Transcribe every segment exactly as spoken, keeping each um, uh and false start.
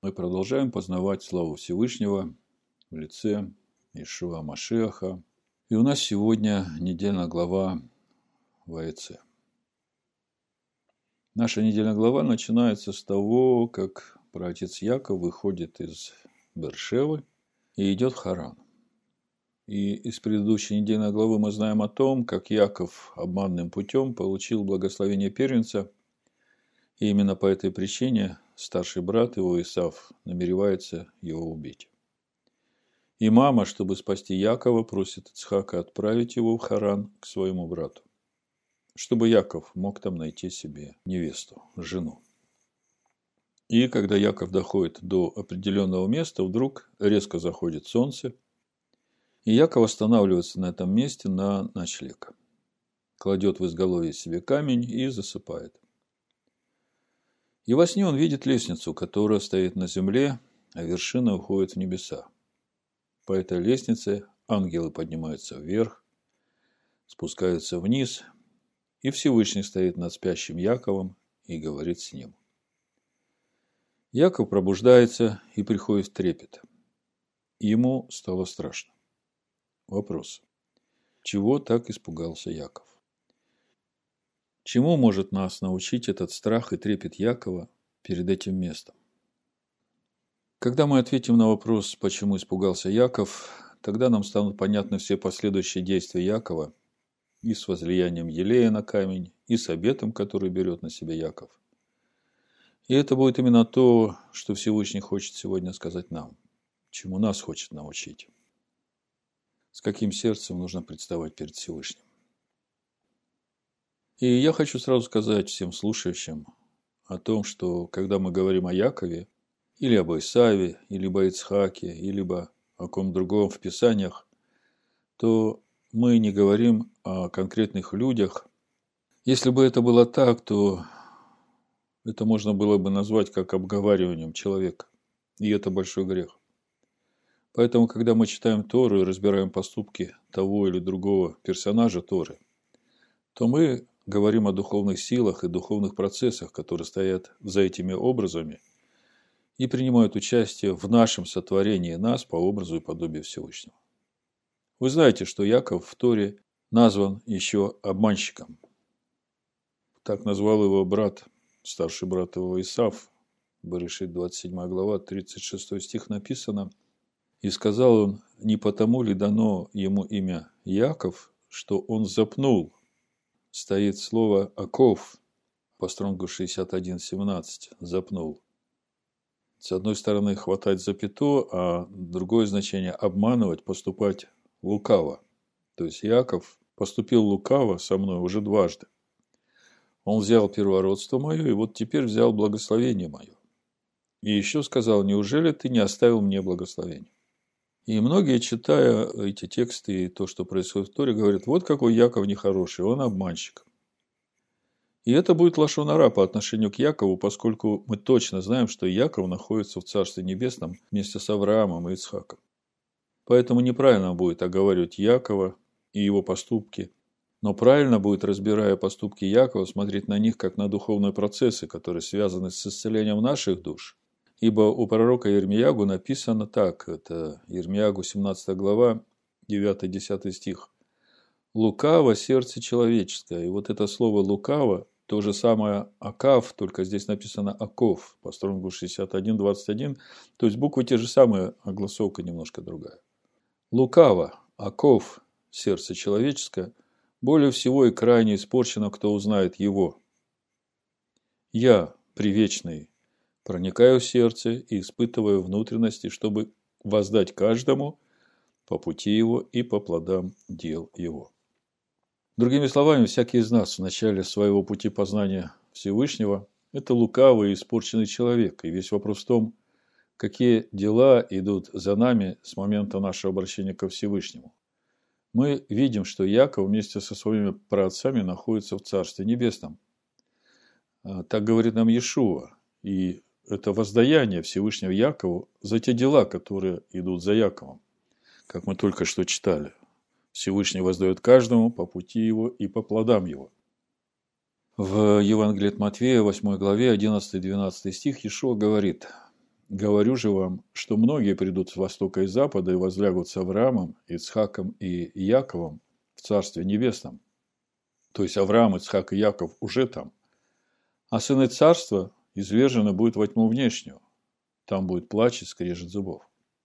Мы продолжаем познавать славу Всевышнего в лице Иешуа Машиаха. И у нас сегодня недельная глава Ваэцэ. Наша недельная глава начинается с того, как праотец Яков выходит из Бер-Шевы и идет в Харан. И из предыдущей недельной главы мы знаем о том, как Яков обманным путем получил благословение первенца. И именно по этой причине старший брат его, Исав, намеревается его убить. И мама, чтобы спасти Якова, просит Ицхака отправить его в Харан к своему брату, чтобы Яков мог там найти себе невесту, жену. И когда Яков доходит до определенного места, вдруг резко заходит солнце, и Яков останавливается на этом месте на ночлег, кладет в изголовье себе камень и засыпает. И во сне он видит лестницу, которая стоит на земле, а вершина уходит в небеса. По этой лестнице ангелы поднимаются вверх, спускаются вниз, и Всевышний стоит над спящим Яковом и говорит с ним. Яков пробуждается и приходит в трепет. Ему стало страшно. Вопрос. Чего так испугался Яков? Чему может нас научить этот страх и трепет Якова перед этим местом? Когда мы ответим на вопрос, почему испугался Яков, тогда нам станут понятны все последующие действия Якова и с возлиянием елея на камень, и с обетом, который берет на себя Яков. И это будет именно то, что Всевышний хочет сегодня сказать нам, чему нас хочет научить. С каким сердцем нужно представать перед Всевышним. И я хочу сразу сказать всем слушающим о том, что когда мы говорим о Якове, или об Исаве, или об Ицхаке, или о ком другом в Писаниях, то мы не говорим о конкретных людях. Если бы это было так, то это можно было бы назвать как обговариванием человека. И это большой грех. Поэтому, когда мы читаем Тору и разбираем поступки того или другого персонажа Торы, то мы говорим о духовных силах и духовных процессах, которые стоят за этими образами и принимают участие в нашем сотворении нас по образу и подобию Всевышнего. Вы знаете, что Яков в Торе назван еще обманщиком. Так назвал его брат, старший брат его Исав. Берешит двадцать седьмая глава, тридцать шестой стих написано. И сказал он, не потому ли дано ему имя Яков, что он запнул. Стоит слово «аков» по Стронгу шестьдесят один семнадцать, запнул. С одной стороны, хватать за пято, а другое значение – обманывать, поступать лукаво. То есть, Яков поступил лукаво со мной уже дважды. Он взял первородство мое, и вот теперь взял благословение мое. И еще сказал, неужели ты не оставил мне благословение? И многие, читая эти тексты и то, что происходит в Торе, говорят, вот какой Яков нехороший, он обманщик. И это будет лашон ара по отношению к Якову, поскольку мы точно знаем, что Яков находится в Царстве Небесном вместе с Авраамом и Ицхаком. Поэтому неправильно будет оговаривать Якова и его поступки, но правильно будет, разбирая поступки Якова, смотреть на них как на духовные процессы, которые связаны с исцелением наших душ. Ибо у пророка Ирмиягу написано так, это Ирмиягу семнадцатая глава, девятый-десятый стих. «Лукаво сердце человеческое». И вот это слово «лукаво» то же самое «акав», только здесь написано «аков» по Стронгу шестьдесят один двадцать один, то есть буквы те же самые, а гласовка немножко другая. «Лукаво, аков, сердце человеческое, более всего и крайне испорчено, кто узнает его. Я, привечный, проникаю в сердце и испытываю внутренности, чтобы воздать каждому по пути его и по плодам дел его». Другими словами, всякий из нас в начале своего пути познания Всевышнего – это лукавый и испорченный человек. И весь вопрос в том, какие дела идут за нами с момента нашего обращения ко Всевышнему. Мы видим, что Яков вместе со своими праотцами находится в Царстве Небесном. Так говорит нам Иешуа. И это воздаяние Всевышнего Якову за те дела, которые идут за Яковом, как мы только что читали. Всевышний воздает каждому по пути его и по плодам его. В Евангелии от Матфея, восьмой главе, одиннадцатый-двенадцатый стих, Иешуа говорит: Говорю же вам, что многие придут с востока и запада и возлягут с Авраамом, Ицхаком и Яковом в Царстве Небесном. То есть Авраам, Ицхак и Яков уже там. А сыны царства извержены будут во тьму внешнюю. Там будет плач и скрежет зубов.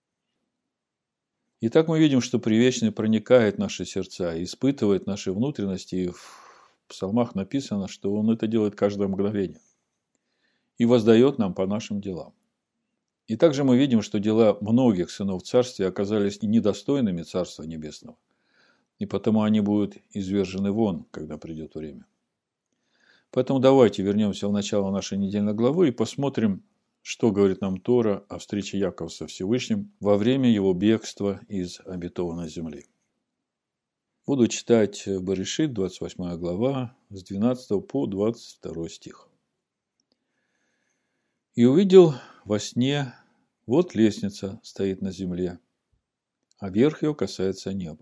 Итак, мы видим, что Предвечный проникает в наши сердца и испытывает наши внутренности. И в псалмах написано, что Он это делает каждое мгновение. И воздает нам по нашим делам. И также мы видим, что дела многих сынов царствия оказались недостойными Царства Небесного. И потому они будут извержены вон, когда придет время. Поэтому давайте вернемся в начало нашей недельной главы и посмотрим, что говорит нам Тора о встрече Якова со Всевышним во время его бегства из обетованной земли. Буду читать Берешит, двадцать восьмая глава, с двенадцатого по двадцать второй стих. «И увидел во сне, вот лестница стоит на земле, а верх ее касается неба.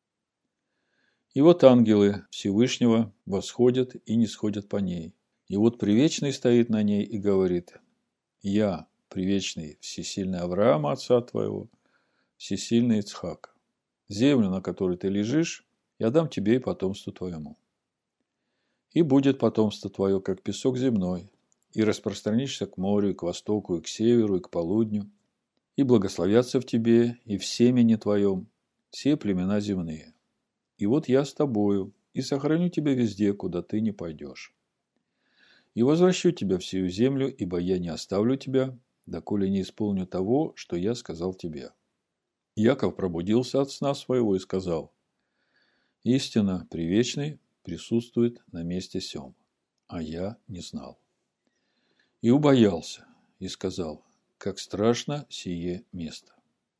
И вот ангелы Всевышнего восходят и не сходят по ней. И вот Предвечный стоит на ней и говорит: Я, Предвечный, всесильный Авраама, отца твоего, всесильный Ицхака. Землю, на которой ты лежишь, я дам тебе и потомству твоему. И будет потомство твое, как песок земной, и распространишься к морю, и к востоку, и к северу, и к полудню, и благословятся в тебе, и в семени твоем все племена земные. И вот я с тобою, и сохраню тебя везде, куда ты не пойдешь. И возвращу тебя в сию землю, ибо я не оставлю тебя, доколе не исполню того, что я сказал тебе». Яков пробудился от сна своего и сказал: «Истинно, Предвечный присутствует на месте сем, а я не знал». И убоялся, и сказал: «Как страшно сие место».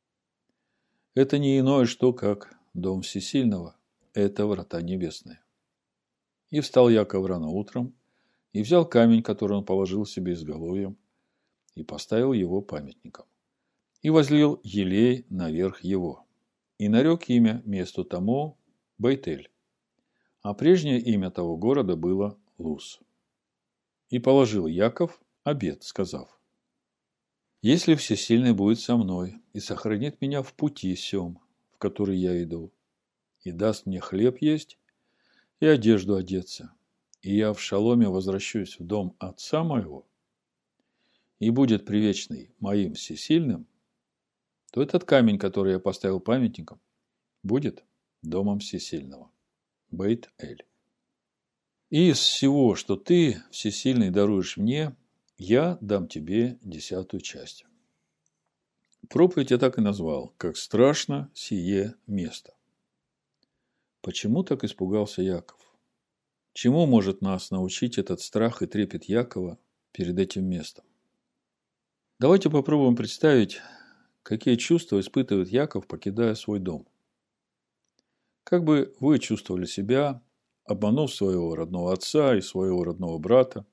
Это не иное, что как дом всесильного, это врата небесные. И встал Яков рано утром, и взял камень, который он положил себе изголовьем, и поставил его памятником. И возлил елей наверх его. И нарек имя месту тому Бейтель. А прежнее имя того города было Луз. И положил Яков обет, сказав: «Если Всесильный будет со мной и сохранит меня в пути сем, в который я иду, и даст мне хлеб есть и одежду одеться, и я в шаломе возвращусь в дом отца моего, и будет Предвечный моим всесильным, то этот камень, который я поставил памятником, будет домом всесильного». Бейт-Эль. «И из всего, что ты, всесильный, даруешь мне, я дам тебе десятую часть». Проповедь я так и назвал: «Как страшно сие место». Почему так испугался Яков? Чему может нас научить этот страх и трепет Якова перед этим местом? Давайте попробуем представить, какие чувства испытывает Яков, покидая свой дом. Как бы вы чувствовали себя, обманув своего родного отца и своего родного брата?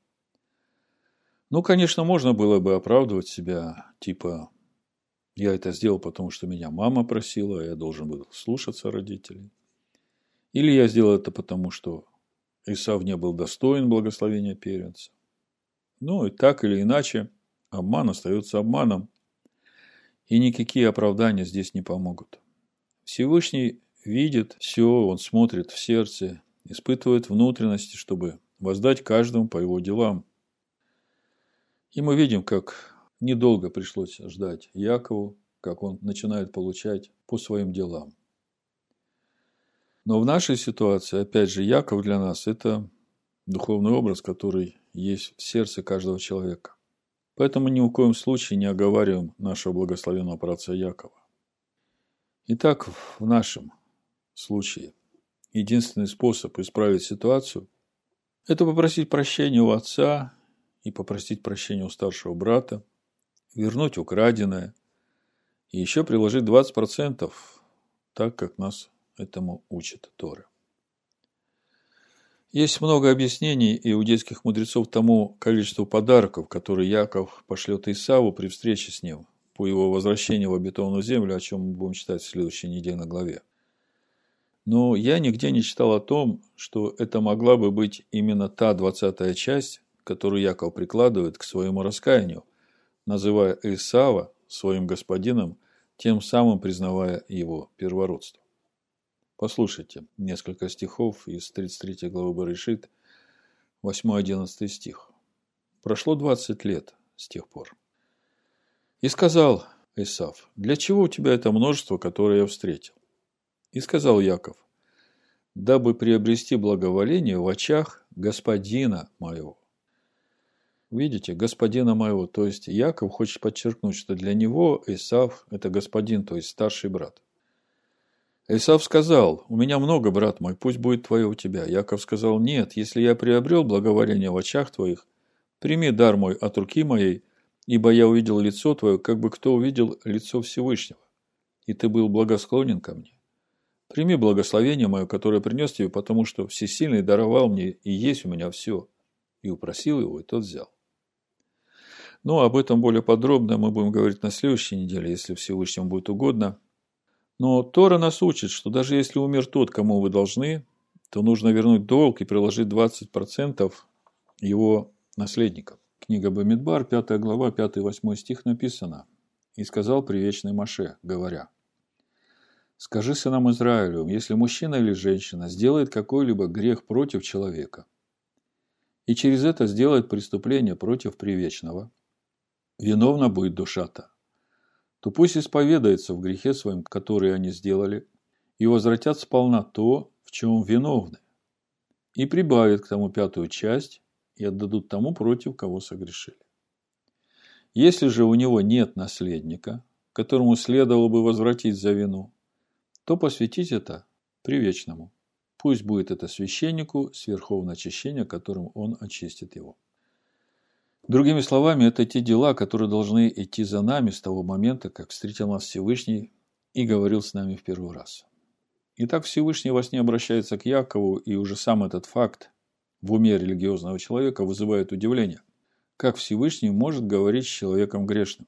Ну, конечно, можно было бы оправдывать себя, типа: я это сделал, потому что меня мама просила, я должен был слушаться родителей. Или я сделал это потому, что Исав не был достоин благословения первенца. Ну, и так или иначе, обман остается обманом, и никакие оправдания здесь не помогут. Всевышний видит все, он смотрит в сердце, испытывает внутренности, чтобы воздать каждому по его делам. И мы видим, как недолго пришлось ждать Якову, как он начинает получать по своим делам. Но в нашей ситуации, опять же, Яков для нас – это духовный образ, который есть в сердце каждого человека. Поэтому ни в коем случае не оговариваем нашего благословенного праотца Якова. Итак, в нашем случае единственный способ исправить ситуацию – это попросить прощения у отца и попросить прощения у старшего брата, вернуть украденное и еще приложить двадцать процентов, так как нас этому учит Тора. Есть много объяснений иудейских мудрецов тому количеству подарков, которые Яков пошлет Исаву при встрече с ним по его возвращению в обетованную землю, о чем мы будем читать в следующей недельной главе. Но я нигде не читал о том, что это могла бы быть именно та двадцатая часть, которую Яков прикладывает к своему раскаянию, называя Исава своим господином, тем самым признавая его первородство. Послушайте несколько стихов из тридцать третьей главы Берешит, восьмой-одиннадцатый стих. Прошло двадцать лет с тех пор. И сказал Исав: для чего у тебя это множество, которое я встретил? И сказал Яков: дабы приобрести благоволение в очах господина моего. Видите, господина моего, то есть Яков хочет подчеркнуть, что для него Исав – это господин, то есть старший брат. Исав сказал: у меня много, брат мой, пусть будет твое у тебя. Яков сказал: нет, если я приобрел благоволение в очах твоих, прими дар мой от руки моей, ибо я увидел лицо твое, как бы кто увидел лицо Всевышнего, и ты был благосклонен ко мне. Прими благословение мое, которое принес тебе, потому что Всесильный даровал мне, и есть у меня все. И упросил его, и тот взял. Но об этом более подробно мы будем говорить на следующей неделе, если Всевышнему будет угодно. Но Тора нас учит, что даже если умер тот, кому вы должны, то нужно вернуть долг и приложить двадцать процентов его наследникам. Книга Бамидбар, пятая глава, пятый-восьмой стих написано: «И сказал привечный Моше, говоря: скажи сынам Израилю, если мужчина или женщина сделает какой-либо грех против человека, и через это сделает преступление против привечного, виновна будет душа-то, то пусть исповедается в грехе своем, который они сделали, и возвратят сполна то, в чем виновны, и прибавят к тому пятую часть, и отдадут тому, против кого согрешили. Если же у него нет наследника, которому следовало бы возвратить за вину, то посвятить это привечному. Пусть будет это священнику с верховного очищения, которым он очистит его». Другими словами, это те дела, которые должны идти за нами с того момента, как встретил нас Всевышний и говорил с нами в первый раз. Итак, Всевышний во сне обращается к Якову, и уже сам этот факт в уме религиозного человека вызывает удивление. Как Всевышний может говорить с человеком грешным?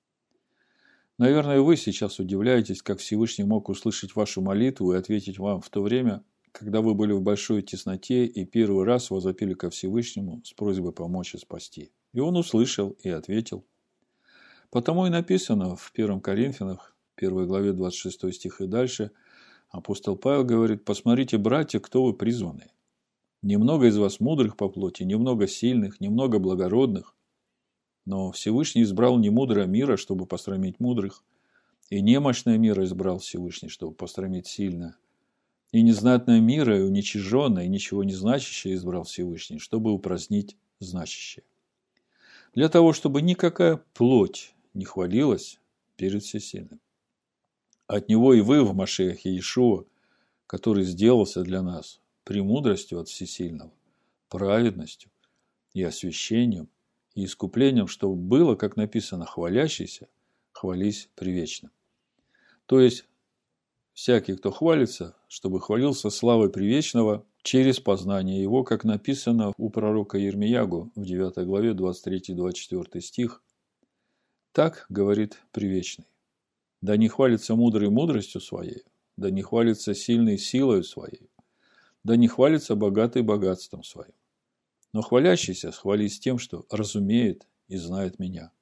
Наверное, вы сейчас удивляетесь, как Всевышний мог услышать вашу молитву и ответить вам в то время, когда вы были в большой тесноте и первый раз возопили ко Всевышнему с просьбой помочь и спасти. И он услышал и ответил. Потому и написано в первом Коринфянах, первой главе, двадцать шестой стих и дальше, апостол Павел говорит: «Посмотрите, братья, кто вы призванные. Немного из вас мудрых по плоти, немного сильных, немного благородных. Но Всевышний избрал не мудрое мира, чтобы посрамить мудрых, и немощное мира избрал Всевышний, чтобы посрамить сильное. И незнатное мира, и уничиженное, и ничего не значащее избрал Всевышний, чтобы упразднить значащее. Для того, чтобы никакая плоть не хвалилась перед Всесильным. От него и вы в Машиахе Иешуа, который сделался для нас премудростью от Всесильного, праведностью и освящением, и искуплением, чтобы было, как написано, хвалящийся, хвались привечно». То есть, всякий, кто хвалится, чтобы хвалился славой привечного через познание его, как написано у пророка Ирмиягу в девятой главе, двадцать третий двадцать четвёртый стих. Так говорит привечный: «Да не хвалится мудрый мудростью своей, да не хвалится сильный силою своей, да не хвалится богатый богатством своим. Но хвалящийся хвались тем, что разумеет и знает меня,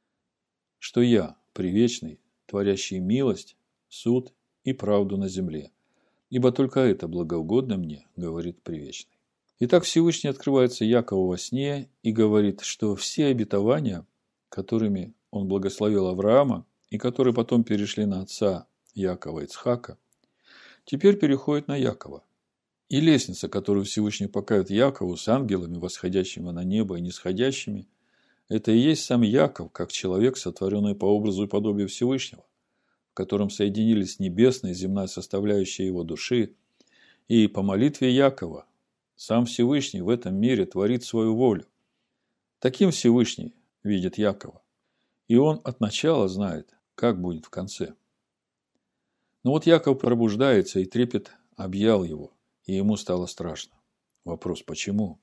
что я, привечный, творящий милость, суд и правду на земле, ибо только это благоугодно мне, говорит привечный». Итак, Всевышний открывается Якову во сне и говорит, что все обетования, которыми он благословил Авраама, и которые потом перешли на отца Якова Ицхака, теперь переходят на Якова. И лестница, которую Всевышний покажет Якову с ангелами, восходящими на небо и нисходящими, это и есть сам Яков, как человек, сотворенный по образу и подобию Всевышнего, в котором соединились небесная и земная составляющая его души, и по молитве Якова сам Всевышний в этом мире творит свою волю. Таким Всевышний видит Якова, и он от начала знает, как будет в конце. Но вот Яков пробуждается, и трепет объял его, и ему стало страшно. Вопрос: почему?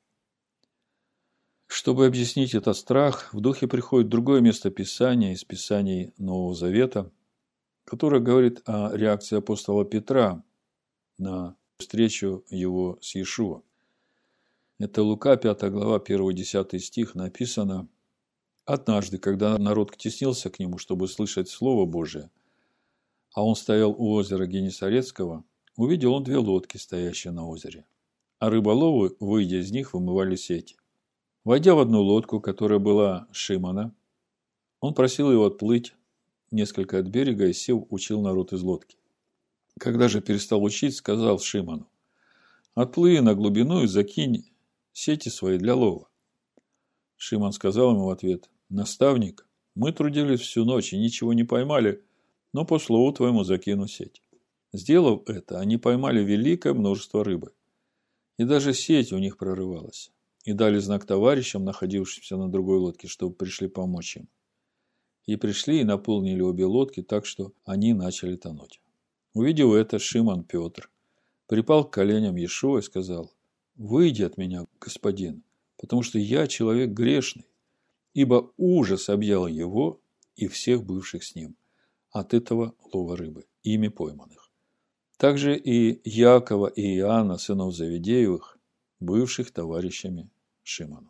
Чтобы объяснить этот страх, в духе приходит другое место Писания из Писаний Нового Завета, которое говорит о реакции апостола Петра на встречу его с Иешуа. Это Лука, пятая глава, первый-десятый стих, написано: Однажды, когда народ теснился к нему, чтобы слышать Слово Божие, а он стоял у озера Генесарецкого, увидел он две лодки, стоящие на озере, а рыболовы, выйдя из них, вымывали сети. Войдя в одну лодку, которая была Шимона, он просил его отплыть несколько от берега и, сев, учил народ из лодки. Когда же перестал учить, сказал Шимону: «Отплыви на глубину и закинь сети свои для лова». Шимон сказал ему в ответ: «Наставник, мы трудились всю ночь и ничего не поймали, но по слову твоему закину сеть». Сделав это, они поймали великое множество рыбы, и даже сеть у них прорывалась, и дали знак товарищам, находившимся на другой лодке, чтобы пришли помочь им. И пришли и наполнили обе лодки так, что они начали тонуть. Увидев это, Шимон Петр припал к коленям Иешуа и сказал: «Выйди от меня, господин, потому что я человек грешный». Ибо ужас объял его и всех бывших с ним от этого лова рыбы, ими пойманных. Также и Якова и Иоанна, сынов Завидеевых, бывших товарищами Шимону.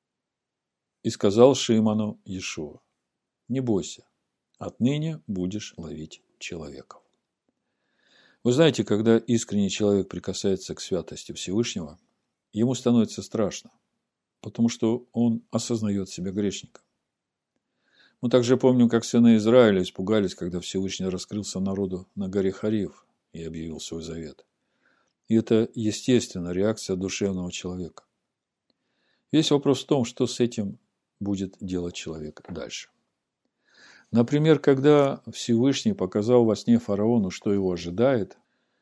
И сказал Шимону Иешуа: «Не бойся, отныне будешь ловить человеков». Вы знаете, когда искренний человек прикасается к святости Всевышнего, ему становится страшно, потому что он осознает себя грешником. Мы также помним, как сыны Израиля испугались, когда Всевышний раскрылся народу на горе Хорев и объявил свой завет. И это естественная реакция душевного человека. Весь вопрос в том, что с этим будет делать человек дальше. Например, когда Всевышний показал во сне фараону, что его ожидает,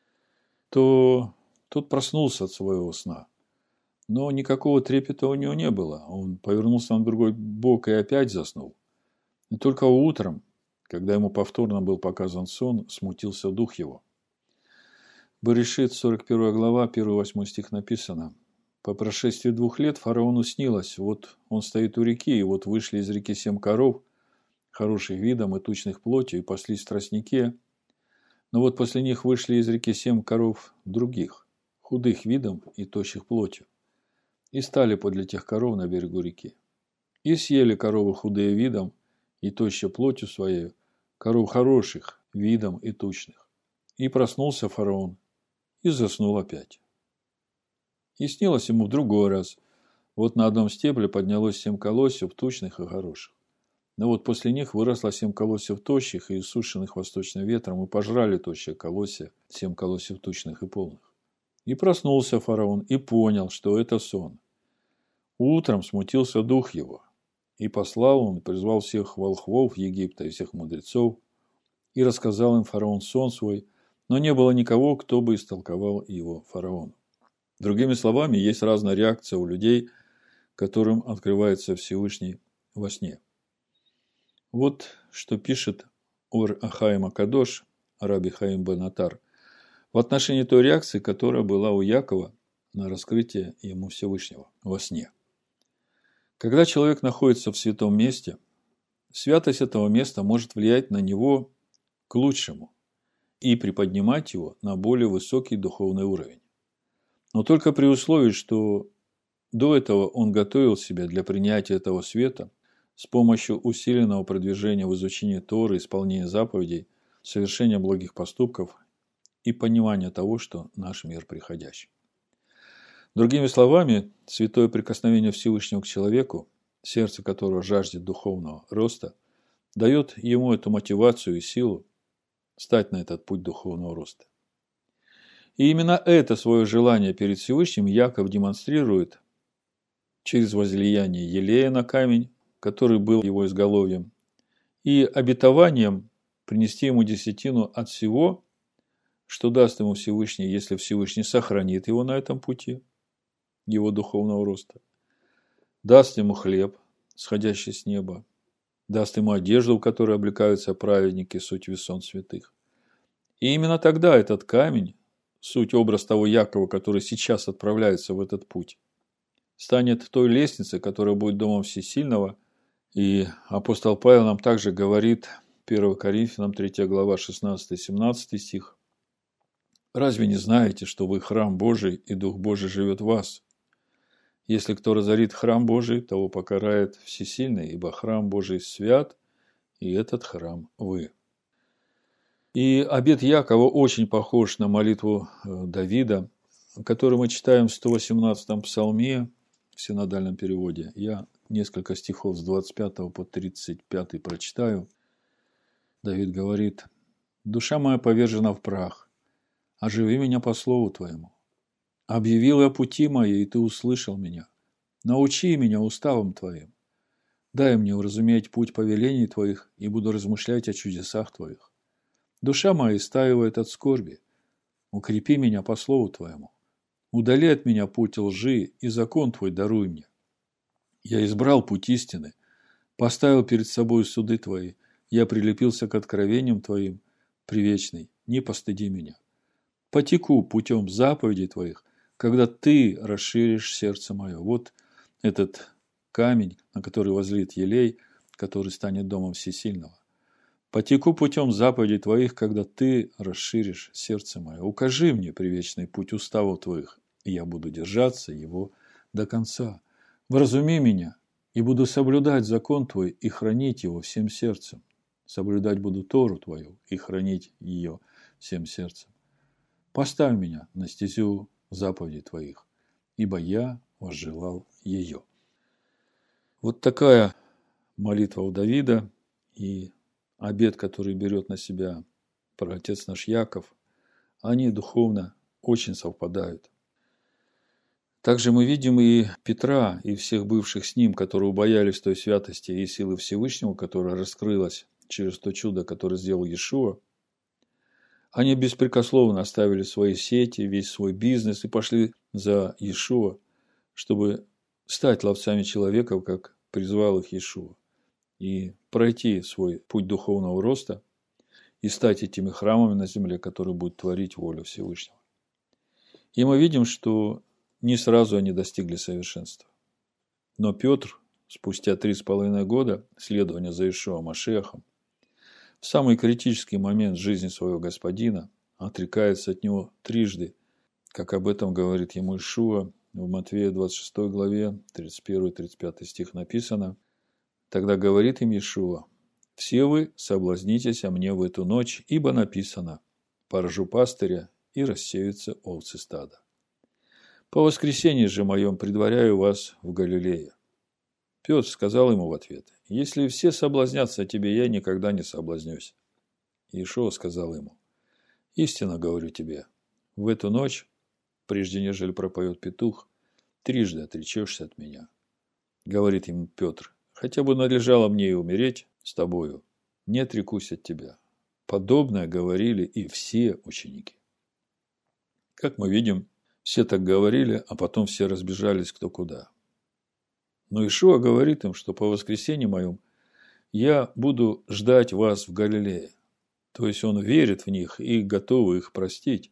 то тот проснулся от своего сна. Но никакого трепета у него не было. Он повернулся на другой бок и опять заснул. И только утром, когда ему повторно был показан сон, смутился дух его. Берешит, сорок первая глава, первый-восьмой стих написано: «По прошествии двух лет фараону снилось, вот он стоит у реки, и вот вышли из реки семь коров, хороших видом и тучных плотью, и паслись в тростнике. Но вот после них вышли из реки семь коров других, худых видом и тощих плотью, и стали подле тех коров на берегу реки. И съели коровы худые видом и тощие плотью своей, коров хороших видом и тучных. И проснулся фараон, и заснул опять. И снилось ему в другой раз, вот на одном стебле поднялось семь колосьев тучных и хороших. Но вот после них выросло семь колосьев тощих и иссушенных восточным ветром, и пожрали тощие колосья, семь колосьев тучных и полных. И проснулся фараон, и понял, что это сон. Утром смутился дух его, и послал он, и призвал всех волхвов Египта и всех мудрецов, и рассказал им фараон сон свой, но не было никого, кто бы истолковал его фараону». Другими словами, есть разная реакция у людей, которым открывается Всевышний во сне. Вот что пишет Ор Ахаим Акадош, Раби Хаим бен Атар, в отношении той реакции, которая была у Якова на раскрытие ему Всевышнего во сне. Когда человек находится в святом месте, святость этого места может влиять на него к лучшему и приподнимать его на более высокий духовный уровень. Но только при условии, что до этого он готовил себя для принятия этого света с помощью усиленного продвижения в изучении Торы, исполнения заповедей, совершения благих поступков и понимания того, что наш мир приходящий. Другими словами, святое прикосновение Всевышнего к человеку, сердце которого жаждет духовного роста, дает ему эту мотивацию и силу стать на этот путь духовного роста. И именно это свое желание перед Всевышним Яков демонстрирует через возлияние елея на камень, который был его изголовьем, и обетованием принести ему десятину от всего, что даст ему Всевышний, если Всевышний сохранит его на этом пути, его духовного роста, даст ему хлеб, сходящий с неба, даст ему одежду, в которой облекаются праведники, суть весон святых. И именно тогда этот камень, суть образ того Якова, который сейчас отправляется в этот путь, станет той лестницей, которая будет домом Всесильного. И апостол Павел нам также говорит, первое Коринфянам, третья глава, шестнадцатый-семнадцатый стих: «Разве не знаете, что вы храм Божий, и Дух Божий живет в вас? Если кто разорит храм Божий, того покарает всесильный, ибо храм Божий свят, и этот храм вы». И обет Якова очень похож на молитву Давида, которую мы читаем в сто восемнадцатом псалме в синодальном переводе. Я несколько стихов с двадцать пятого по тридцать пятый прочитаю. Давид говорит: «Душа моя повержена в прах, оживи меня по слову Твоему. Объявил я пути мои, и Ты услышал меня. Научи меня уставам Твоим. Дай мне уразуметь путь повелений Твоих, и буду размышлять о чудесах Твоих. Душа моя истаивает от скорби. Укрепи меня по слову Твоему. Удали от меня путь лжи, и закон Твой даруй мне. Я избрал путь истины, поставил перед собой суды Твои. Я прилепился к откровениям Твоим, привечный, не постыди меня. Потеку путем заповедей Твоих, когда Ты расширишь сердце мое». Вот этот камень, на который возлит елей, который станет домом всесильного. «Потеку путем заповедей Твоих, когда Ты расширишь сердце мое. Укажи мне привечный путь уставов Твоих, и я буду держаться его до конца. Вразуми меня, и буду соблюдать закон Твой и хранить его всем сердцем. Соблюдать буду Тору Твою и хранить ее всем сердцем. Поставь меня на стезю заповедей Твоих, ибо я возжелал ее». Вот такая молитва у Давида, и обет, который берет на себя праотец наш Яков, они духовно очень совпадают. Также мы видим и Петра, и всех бывших с ним, которые убоялись той святости и силы Всевышнего, которая раскрылась через то чудо, которое сделал Иешуа. Они беспрекословно оставили свои сети, весь свой бизнес и пошли за Иешуа, чтобы стать ловцами человеков, как призвал их Иешуа, и пройти свой путь духовного роста и стать этими храмами на земле, которые будут творить волю Всевышнего. И мы видим, что не сразу они достигли совершенства. Но Петр, спустя три с половиной года следования за Иешуа Машиахом, в самый критический момент жизни своего господина отрекается от него трижды, как об этом говорит ему Иешуа. В Матфея двадцать шестой главе, тридцать первый тридцать пятый стих написано: «Тогда говорит им Иешуа: все вы соблазнитесь о мне в эту ночь, ибо написано: поражу пастыря, и рассеются овцы стада. По воскресенье же моем предваряю вас в Галилее». Петр сказал ему в ответ: «Если все соблазнятся о тебе, я никогда не соблазнюсь». Иешуа сказал ему: «Истинно говорю тебе, в эту ночь, прежде нежели пропоет петух, трижды отречешься от меня». Говорит ему Петр: «Хотя бы надлежало мне и умереть с тобою, не отрекусь от тебя». Подобное говорили и все ученики. Как мы видим, все так говорили, а потом все разбежались кто куда. Но Иешуа говорит им, что по воскресенье моем я буду ждать вас в Галилее. То есть он верит в них и готов их простить.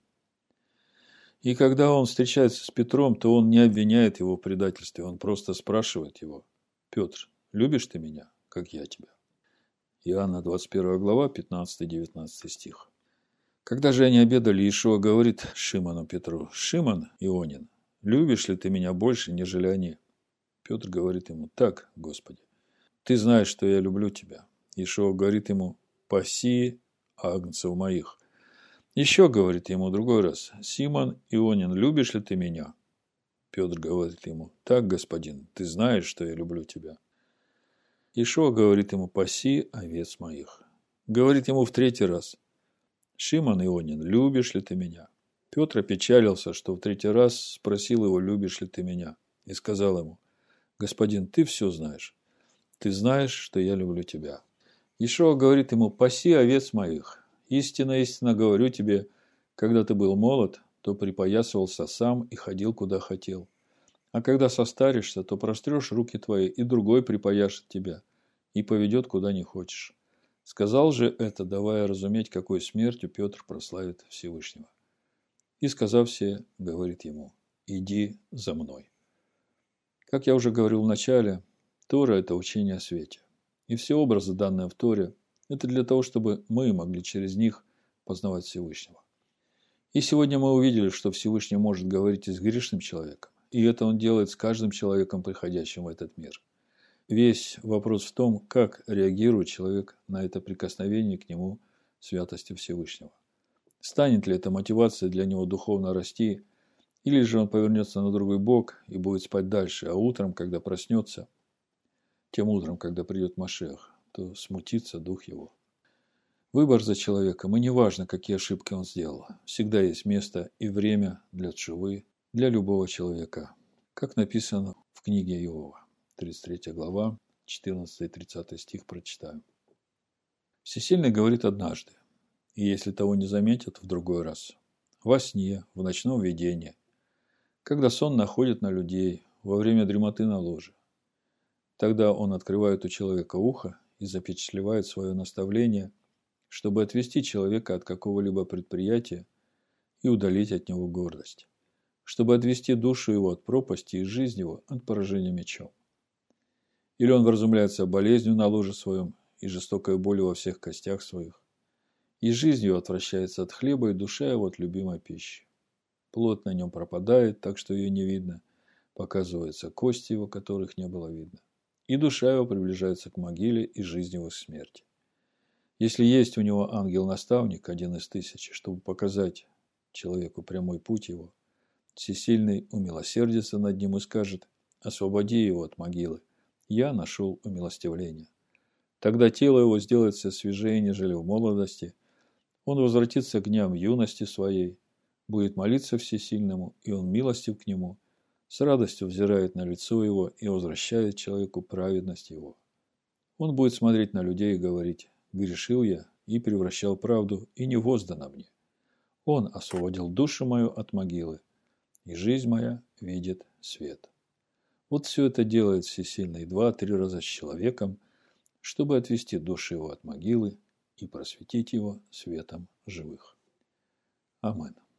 И когда он встречается с Петром, то он не обвиняет его в предательстве, он просто спрашивает его: «Петр, любишь ты меня, как я тебя?» Иоанна двадцать первая глава, пятнадцатый-девятнадцатый стих. Когда же они обедали, Иешуа говорит Шимону Петру: «Шимон Ионин, любишь ли ты меня больше, нежели они?» Петр говорит ему: «Так, Господи, ты знаешь, что я люблю тебя». Иешуа говорит ему: «Паси агнцев моих». Еще говорит ему другой раз: «Симон Ионин, любишь ли ты меня?» Петр говорит ему: «Так, Господин, ты знаешь, что я люблю тебя». Иешуа говорит ему: «Паси овец моих». Говорит ему в третий раз: «Шимон Ионин, любишь ли ты меня?» Петр опечалился, что в третий раз спросил его: «Любишь ли ты меня?» И сказал ему: «Господин, ты все знаешь. Ты знаешь, что я люблю тебя». Иешуа говорит ему: «Паси овец моих. Истинно, истинно говорю тебе, когда ты был молод, то припоясывался сам и ходил, куда хотел. А когда состаришься, то прострешь руки твои, и другой припояшет тебя, и поведет, куда не хочешь». Сказал же это, давая разуметь, какой смертью Петр прославит Всевышнего. И, сказав все, говорит ему: «Иди за мной». Как я уже говорил в начале, Тора – это учение о свете. И все образы, данные в Торе, это для того, чтобы мы могли через них познавать Всевышнего. И сегодня мы увидели, что Всевышний может говорить и с грешным человеком, И это Он делает с каждым человеком, приходящим в этот мир. Весь вопрос в том, как реагирует человек на это прикосновение к нему святости Всевышнего. Станет ли это мотивацией для него духовно расти, или же он повернется на другой бок и будет спать дальше, а утром, когда проснется, тем утром, когда придет Машиах, то смутится дух его. Выбор за человеком, и неважно, какие ошибки он сделал. Всегда есть место и время для тшувы, для любого человека, как написано в книге Иова, тридцать третья глава, четырнадцатый-тридцатый стих прочитаем. Всесильный говорит однажды, и если того не заметят, в другой раз, во сне, в ночном видении, когда сон находит на людей, во время дремоты на ложе. Тогда он открывает у человека ухо и запечатлевает свое наставление, чтобы отвести человека от какого-либо предприятия и удалить от него гордость, чтобы отвести душу его от пропасти и жизнь его от поражения мечом. Или он вразумляется болезнью на ложе своем и жестокой болью во всех костях своих, и жизнь его отвращается от хлеба, и душа его от любимой пищи. Плоть на нем пропадает, так что ее не видно, показываются кости его, которых не было видно, и душа его приближается к могиле, и жизнь его к смерти. Если есть у него ангел-наставник, один из тысячи, чтобы показать человеку прямой путь его, Всесильный умилосердится над ним и скажет: освободи его от могилы, я нашел умилостивление. Тогда тело его сделается свежее, нежели в молодости, он возвратится к дням юности своей, будет молиться Всесильному, и он милостив к нему, с радостью взирает на лицо его и возвращает человеку праведность его. Он будет смотреть на людей и говорить: грешил я и превращал правду, и не воздано мне. Он освободил душу мою от могилы, и жизнь моя видит свет. Вот все это делает Всесильный два-три раза с человеком, чтобы отвести душу его от могилы и просветить его светом живых. Амин.